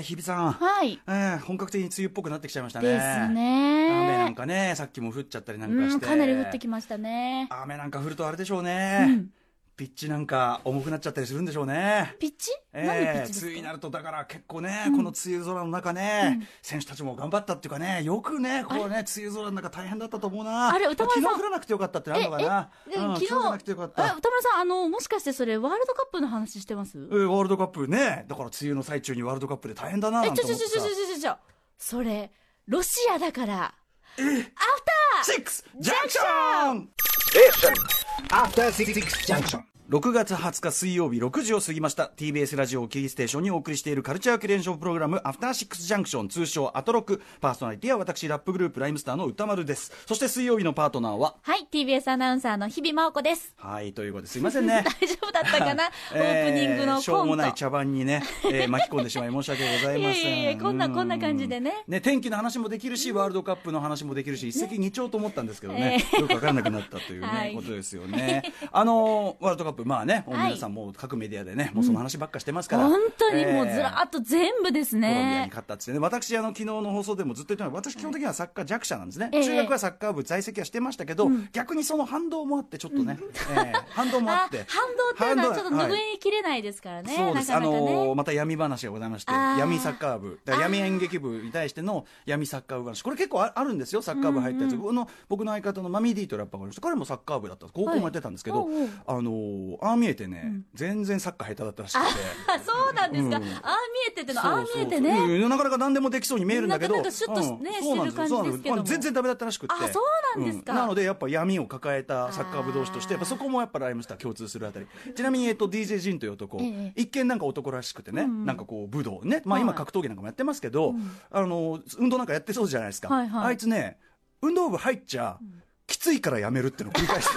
日比さん、 はい、 本格的に梅雨っぽくなってきちゃいましたね。 ですね。 雨なんかね、さっきも降っちゃったりなんかして、 かなり降ってきましたね。 雨なんか降るとあれでしょうね、ピッチなんか重くなっちゃったりするんでしょうね。 ピッチ？何ピッチですか？ 梅雨になるとだから結構ね、この梅雨空の中ね、選手たちも頑張ったっていうかね、よくねこうね梅雨空の中大変だったと思うな。 あれ歌丸さん、 昨日降らなくてよかったってなるのかな。 昨日じゃなくてよかった。歌丸さん、もしかしてそれワールドカップの話してます？ ワールドカップね、だから梅雨の最中にワールドカップで大変だななんて思ってさ。 それロシアだから。アフターシックスジャンクション。 アフターシックスジャンクション。 6月20日水曜日6時を過ぎました。 TBS ラジオをキーステーションにお送りしているカルチャーキュレーションプログラムアフターシックスジャンクション、通称アトロク。パーソナリティは私ラップグループライムスターの歌丸です。そして水曜日のパートナーは、 はい、 TBS アナウンサーの日々真央子です。 はい、ということですいませんね大丈夫だったかな、オープニングのコント、 しょうもない茶番にね、巻き込んでしまい申し訳ございません。 いやこんな感じで ね、 天気の話もできるしワールドカップの話もできるし、一石二鳥と思ったんですけどね、よく分からなくなったという、ねことですよね。ワールドカップ、まあね、皆さんもう各メディアでね、もうその話ばっかしてますから、 本当にもうずらっと全部ですね。 コロンビアに勝ったっつってね。私昨日の放送でもずっと言ってます。私基本的にはサッカー弱者なんですね、中学はサッカー部在籍はしてましたけど、逆にその反動もあってちょっとね、反動もあって反動っていうのはちょっと拭いきれないですからね。 そうです。 なかなかね、 また闇話がございまして、闇サッカー部、だから闇演劇部に対しての闇サッカー部話、これ結構あるんですよ。サッカー部入ったやつ、僕の相方のマミーディーというラッパーがいました。彼もサッカー部だった、高校もやってたんですけど、ああ見えてね、全然サッカー下手だったらしくて。 そうなんですか、ああ見えてっての、ああ見えてね、 なかなか何でもできそうに見えるんだけど、 なんかシュッとね、してる感じですけども、 全然ダメだったらしくて。 そうなんですか。 なのでやっぱ闇を抱えたサッカー部同士として、やっぱそこもやっぱライムスター共通するあたり。ちなみにDJ ジンという男、一見なんか男らしくてね、なんかこう武道ね、まあ今格闘技なんかもやってますけど、運動なんかやってそうじゃないですか。あいつね、運動部入っちゃきついからやめるってのを繰り返して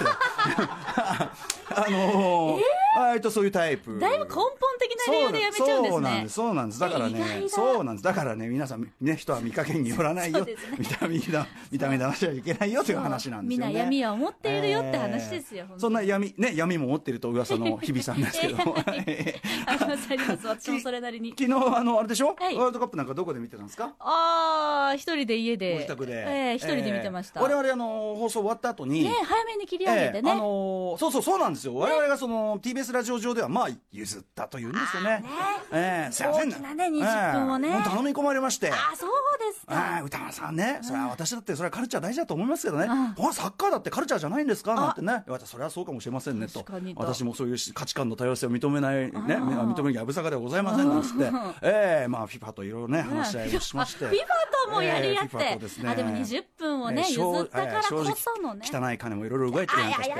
た。そういうタイプ。 だいぶ根本的な理由でやめちゃうんですね。 そうなんです。だからね、そうなんです。だからね、皆さんね、人は見かけによらないよ。見た目で話しちゃいけないよという話なんですよね。 みんな闇は持っているよって話ですよ。 そんな闇も持っていると噂の日比さんですけども。 あります。私もそれなりに。 昨日あれでしょ？ワールドカップなんかどこで見てたんですか？ 一人で家で。 ご自宅で。 一人で見てました。 我々放送終わった後に。 早めに切り上げてね。 そうなんですよ。我々がその TBS ラジオ上ではまあ譲ったというんですよね。すいませんね。 大きなね20分をね。 頼み込まれまして。 そうですか。 歌丸さんね、それは私だってそれはカルチャー大事だと思いますけどね。サッカーだってカルチャーじゃないんですかなんてね。それはそうかもしれませんねと。私もそういう価値観の多様性を認めないね、認めるやぶさかではございませんなんつって、まあ FIFA といろいろね話し合いをしまして。 FIFA ともやり合って。でも20分をね譲ったからこそのね。 汚い金もいろいろ動いてるなんかして。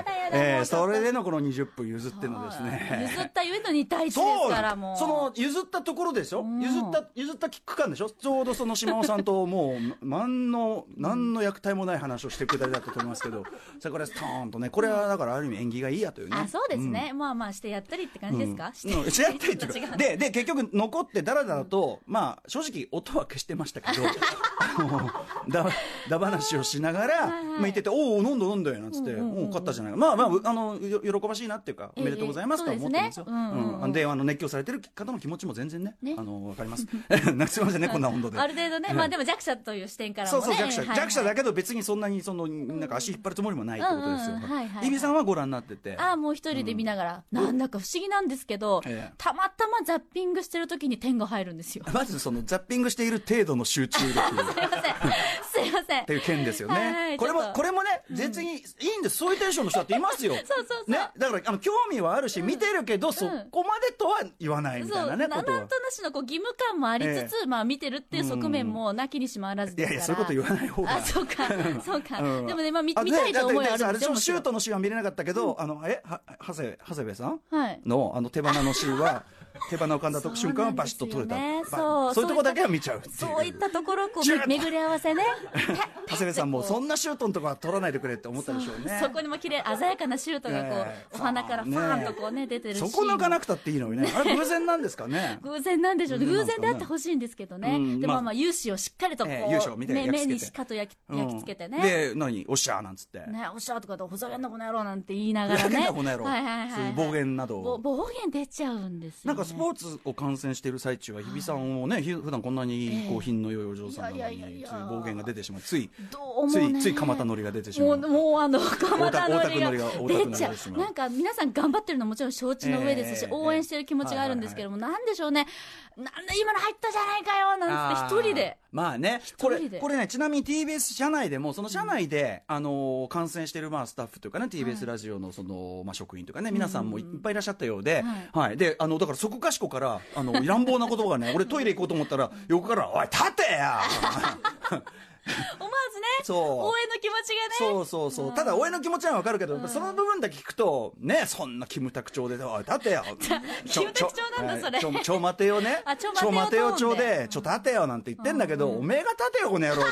それでのこの20分譲ってのですね。 譲ったゆえの2対1ですからもう。 その譲ったところでしょ。譲った区間でしょ。ちょうどその島尾さんともう何の役体もない話をしてくれたりだったと思いますけど、それからストーンとね、これはだからある意味縁起がいいやというね。 そうですね。まあしてやったりって感じですか。 してやったりっていうか。で結局残ってダラダラとまあ正直音は消してましたけど、だ話をしながら見てて、おお飲んだよなんつって、もう勝ったじゃないか。まあ喜ばしいなっていうか、おめでとうございますと思ってるんですよ。で熱狂されてる方の気持ちも全然ねわかります。すいませんね、こんな温度で。 ある程度ね、まあでも弱者という視点からもね。 そう弱者だけど別にそんなになんか足引っ張るつもりもないってことですよ。日比さんはご覧になってて。 もう一人で見ながら、なんだか不思議なんですけど、たまたまザッピングしてる時に点が入るんですよ。 まずそのザッピングしている程度の集中力。 すいません。 っていう件ですよね。これもね、別にいいんです。そういうテンションの人だっていますよ。 そうね、だから興味はあるし見てるけど、そこまでとは言わないみたいなね。 なんとなしの義務感もありつつ、まあ見てるっていう側面もなきにしもあらずですから。 いやそういうこと言わない方が。 そうか。でもね、まあ見たいと思いはあるんですよ。 シュートのシーンは見れなかったけど、長谷部さんの手花のシーンは。手花を噛んだ瞬間はバシッと取れた。そういうところだけは見ちゃう。 そういったところを巡り合わせね。 長谷部さんもそんなシュートのところは取らないでくれって思ったでしょうね。 そこにも綺麗鮮やかなシュートがこうお花からファーンとこうね出てるし、 そこ抜かなくたっていいのにね。あれ偶然なんですかね。 偶然なんでしょうね。偶然であってほしいんですけどね。でも勇姿をしっかりとこう目にしかと焼き付けてね。 でおっしゃーなんつってね、おっしゃーとかでふざけんなこの野郎なんて言いながらね。 そういう暴言など暴言出ちゃうんですよ。 なんかスポーツを観戦している最中は日比さんをね、普段こんなにこう品の良いお嬢さんなのに暴言が出てしまう、つい蒲田のりが出てしまう、 もう蒲田のりが出ちゃう。なんか皆さん頑張ってるのはもちろん承知の上ですし、応援してる気持ちがあるんですけども、なんでしょうね、なんで今の入ったじゃないかよなんつって一人で。 まあね、これね、ちなみに TBS 社内でも、その社内で、観戦してるスタッフというかね、TBS ラジオの職員とかね、皆さんもいっぱいいらっしゃったようで、はい。で、だからそこかしこから、乱暴な言葉がね、俺トイレ行こうと思ったら、横から、おい、立てや思わずね、応援の気持ちがね。 そう。ただ応援の気持ちはわかるけど、その部分だけ聞くと、ね、そんなキムタク調で、おい、立てよ。 キムタク調なんだ、それ。 ちょ待てよね。ちょ待てよ調で、ちょ立てよなんて言ってんだけど、おめえが立てよ、この野郎って。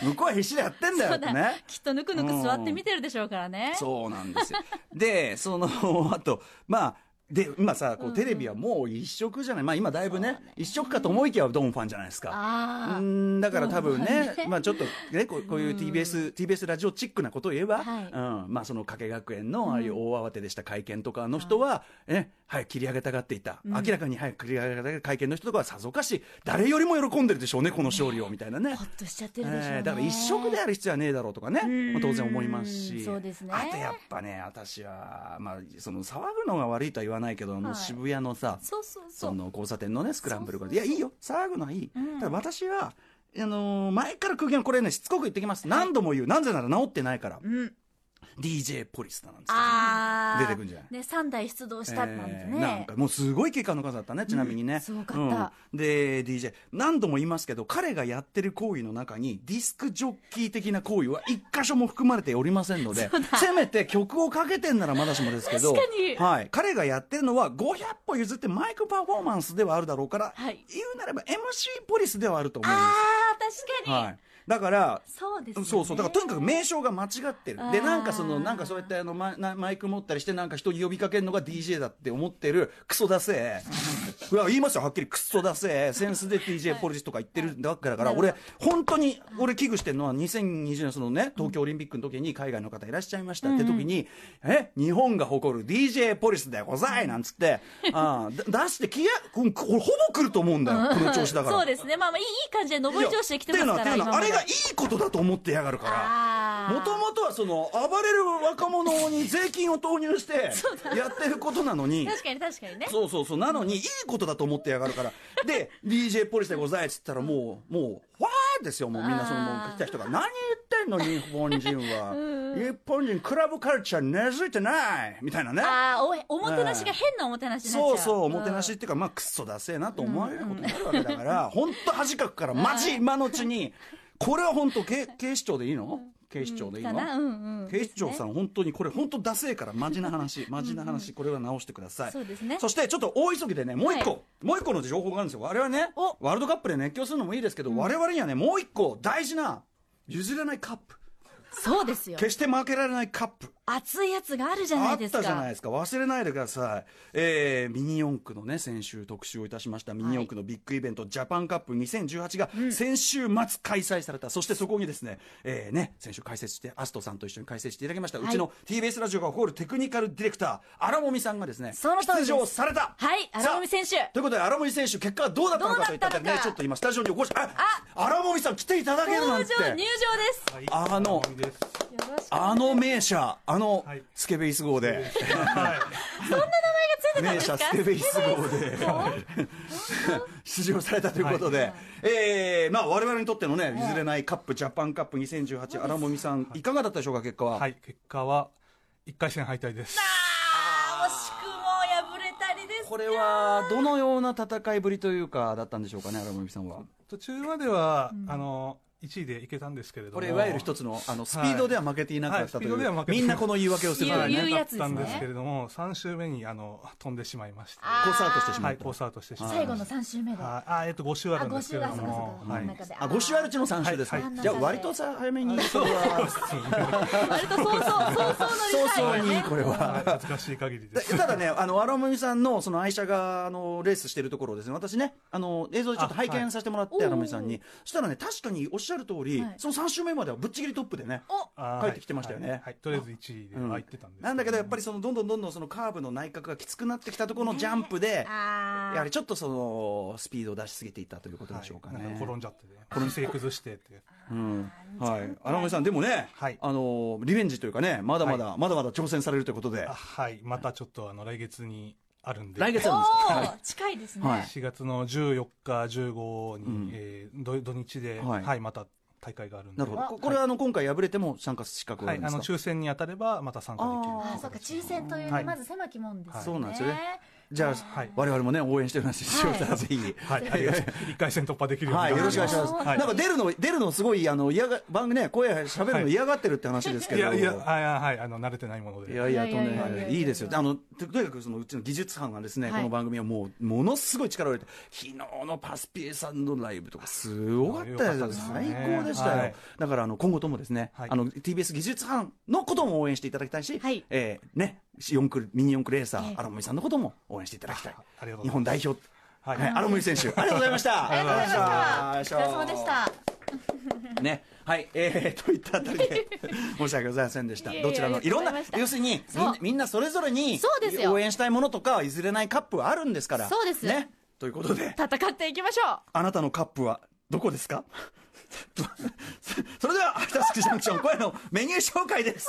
向こうは必死でやってんだよってね。 きっとぬくぬく座って見てるでしょうからね。 そうなんですよ。で、あと、で今さこうテレビはもう一色じゃない、今だいぶね一色かと思いきやドンファンじゃないですか。だから多分ね、ちょっとねこういう TBS ラジオチックなことを言えば、その加計学園のああいう大慌てでした会見とかの人は早く切り上げたがっていた、明らかに早く切り上げた会見の人とかはさぞかし誰よりも喜んでるでしょうね、この勝利をみたいなね。 ほっとしちゃってるでしょうね。 だから一色である必要はねえだろうとかね、当然思いますし。 そうですね。 あとやっぱね、私はその騒ぐのが悪いとは言わないけど、渋谷のさ、その交差点のねスクランブルから、いやいいよ騒ぐのはいい、ただ私は前から苦言、これねしつこく言ってきます、何度も言う、なぜなら治ってないから、DJ ポリスだなんつって出てくるんじゃない、 ね、3台出動したなんてね、 なんかもうすごい結果の数だったね、ちなみにね、 すごかった、 で DJ 何度も言いますけど、彼がやってる行為の中にディスクジョッキー的な行為は一箇所も含まれておりませんので、せめて曲をかけてんならまだしもですけど、はい、彼がやってるのは500歩譲ってマイクパフォーマンスではあるだろうから、言うなれば MC ポリスではあると思います。 確かに、 はい、だからそうですね、 だからとにかく名称が間違ってる。でなんかそうやってマイク持ったりしてなんか人に呼びかけるのが DJ だって思ってるクソだせえ言いますよはっきり、クソだせえセンスで DJ ポリスとか言ってるだけだから、俺本当に危惧してるのは2020年そのね東京オリンピックの時に海外の方いらっしゃいましたって時に、日本が誇る DJ ポリスでございなんつって出してこれほぼ来ると思うんだよ、この調子だから。 そうですね、いい感じで上り調子で来てますから。 あれがいいことだと思ってやがるから、もともとはその暴れる若者に税金を投入してやってることなのに確かにね、 そうなのにいいことだと思ってやがるからで DJ ポリスでございっつったらもうわーですよ、もうみんなその来た人が何言ってんの日本人は日本人クラブカルチャー根付いてないみたいなね。 おもてなしが変なおもてなしになっちゃう。 そうおもてなしっていうかクソだせえなと思われることになるわけだから本当恥かくからマジ今のうちにこれは本当警視庁でいいの？警視庁でいいの？警視庁さん本当にこれ本当ダセえからマジな話これは直してください。 そうですね。 そしてちょっと大急ぎでねもう一個の情報があるんですよ。我々ねワールドカップで熱狂するのもいいですけど、我々にはねもう一個大事な譲れないカップ、 そうですよ、 決して負けられないカップ、 熱いやつがあるじゃないですか。 あったじゃないですか、忘れないでください。ミニ四駆のね先週特集をいたしましたミニ四駆のビッグイベント、ジャパンカップ2018が先週末開催された、そしてそこにですね、先週解説してアストさんと一緒に解説していただきました、うちの TBS ラジオが誇るテクニカルディレクター荒籾さんがですね出場された。 はい荒籾選手ということで荒籾選手結果はどうだったのかといったらね、ちょっと今スタジオにお越し荒籾さん来ていただけるなんて、 入場です、 あの名車スケベイス号で、 そんな名前がついてたんですか。 名車スケベイス号で出場されたということで、我々にとってのね譲れないカップジャパンカップ2018、荒籾さんいかがだったでしょうか。結果は結果は1回戦敗退です。 惜しくも敗れたりです。 これはどのような戦いぶりというかだったんでしょうかね、荒籾さんは。 途中までは、1位でいけたんですけれども、 これいわゆる一つのスピードでは負けていなかったという、みんなこの言い訳をするからね、 言うやつですね。 だったんですけれども、3周目に飛んでしまいまして、 コースアウトしてしまった。 コースアウトしてしまった。 最後の3周目で 5周あるんですけれども、 5周あるうちの3周ですか。じゃあ割と早めに割と早々にこれは難しい限りです。 ただね荒籾さんのその愛車がレースしてるところをですね、私ね映像でちょっと拝見させてもらって、荒籾さんにそしたらね確かにおっしゃる通り、その3週目まではぶっちぎりトップでね帰ってきてましたよね。 はい、とりあえず1位で入ってたんです、 なんだけどやっぱりそのどんどんそのカーブの内角がきつくなってきたところのジャンプで、やはりちょっとそのスピードを出しすぎていったということでしょうかね。 転んじゃってね、姿勢崩してって、 はい、荒森さんでもね、リベンジというかね、まだまだ挑戦されるということで、 はい、またちょっと来月にあるんで、 来月あるんですか。 近いですね。 4月の14日15に、土日で、また大会があるんで。 なるほど。これは今回敗れても参加資格があるんですか。 抽選に当たればまた参加できる。 そうか、抽選というまず狭きもんですね。 そうなんですよね。じゃあ我々もね応援してるんですよ。ぜひ 1回戦突破できるようによろしくお願いします。なんか出るのすごい番組ね、声喋るの嫌がってるって話ですけど、 慣れてないもので、 いいですよ。とにかくそのうちの技術班がですね、この番組はものすごい力を入れて、昨日のパスピエさんのライブとかすごかったです。最高でしたよ。だから今後ともですね、TBS 技術班のことも応援していただきたいし、ね、ミニ四駆レーサー荒森さんのことも応援していただきたい。日本代表荒森選手、ありがとうございました。 ありがとうございました。お疲れ様でした。 ね、はい、といったあたりで申し訳ございませんでした。どちらのいろんな、要するにみんなそれぞれに応援したいものとか譲れないカップはあるんですから。 そうですね。ということで戦っていきましょう。 あなたのカップはどこですか。それではアフターシックスジャンクション、今夜のメニュー紹介です。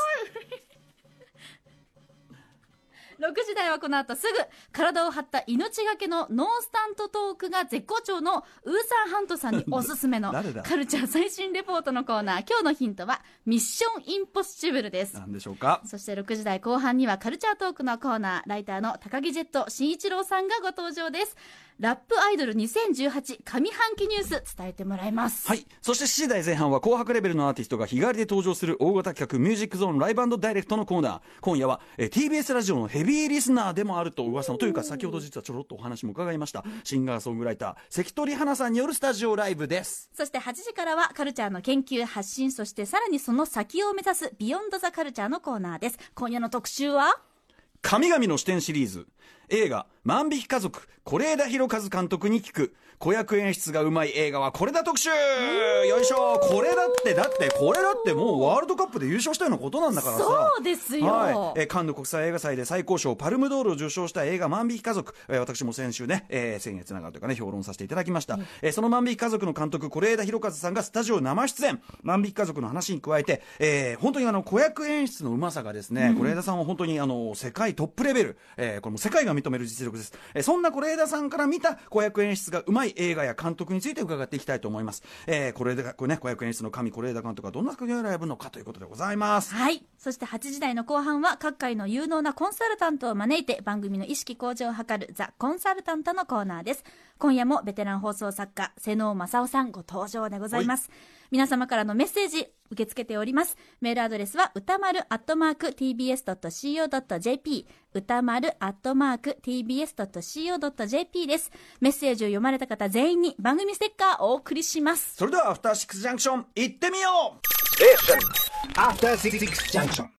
6時台はこの後すぐ体を張った命がけのノースタントトークが絶好調のウーサーハントさんにおすすめのカルチャー最新レポートのコーナー。今日のヒントはミッションインポッシブルです。 何でしょうか。 そして6時台後半にはカルチャートークのコーナー、ライターの高木ジェット慎一郎さんがご登場です。ラップアイドル2018上半期ニュース伝えてもらいます。 はい。そして7時台前半は紅白レベルのアーティストが日替わりで登場する大型企画ミュージックゾーンライブ&ダイレクトのコーナー。今夜は、TBS ラジオのヘビーリスナーでもあると噂の、というか先ほど実はちょろっとお話も伺いました、シンガーソングライター関取花さんによるスタジオライブです。 そして8時からはカルチャーの研究発信、そしてさらにその先を目指すビヨンドザカルチャーのコーナーです。今夜の特集は神々の視点シリーズ、映画万引き家族是枝裕和監督に聞く子役演出がうまい映画はこれだ特集。よいしょ。これだってもうワールドカップで優勝したようなことなんだからさ。 そうですよ、 カンヌ国際映画祭で最高賞パルムドールを受賞した映画万引き家族、私も先週ね、先月ながらというかね評論させていただきました、その万引き家族の監督是枝裕和さんがスタジオ生出演。万引き家族の話に加えて、本当に子役演出のうまさがですね、是枝さんは本当に世界トップレベル、これも世界が認める実力です。そんな是枝さんから見た子役演出がうまい映画や監督について伺っていきたいと思います。これね、子役演出の神是枝監督はどんな作品を選ぶのかということでございます。 はい。そして8時台の後半は各界の有能なコンサルタントを招いて番組の意識向上を図るザ・コンサルタントのコーナーです。今夜もベテラン放送作家瀬能正夫さんご登場でございます。皆様からのメッセージ受け付けております。メールアドレスは歌丸@tbs.co.jp 歌丸@tbs.co.jp です。メッセージを読まれた方全員に番組ステッカーをお送りします。 それではアフターシックスジャンクション行ってみよう。 After 66 junction.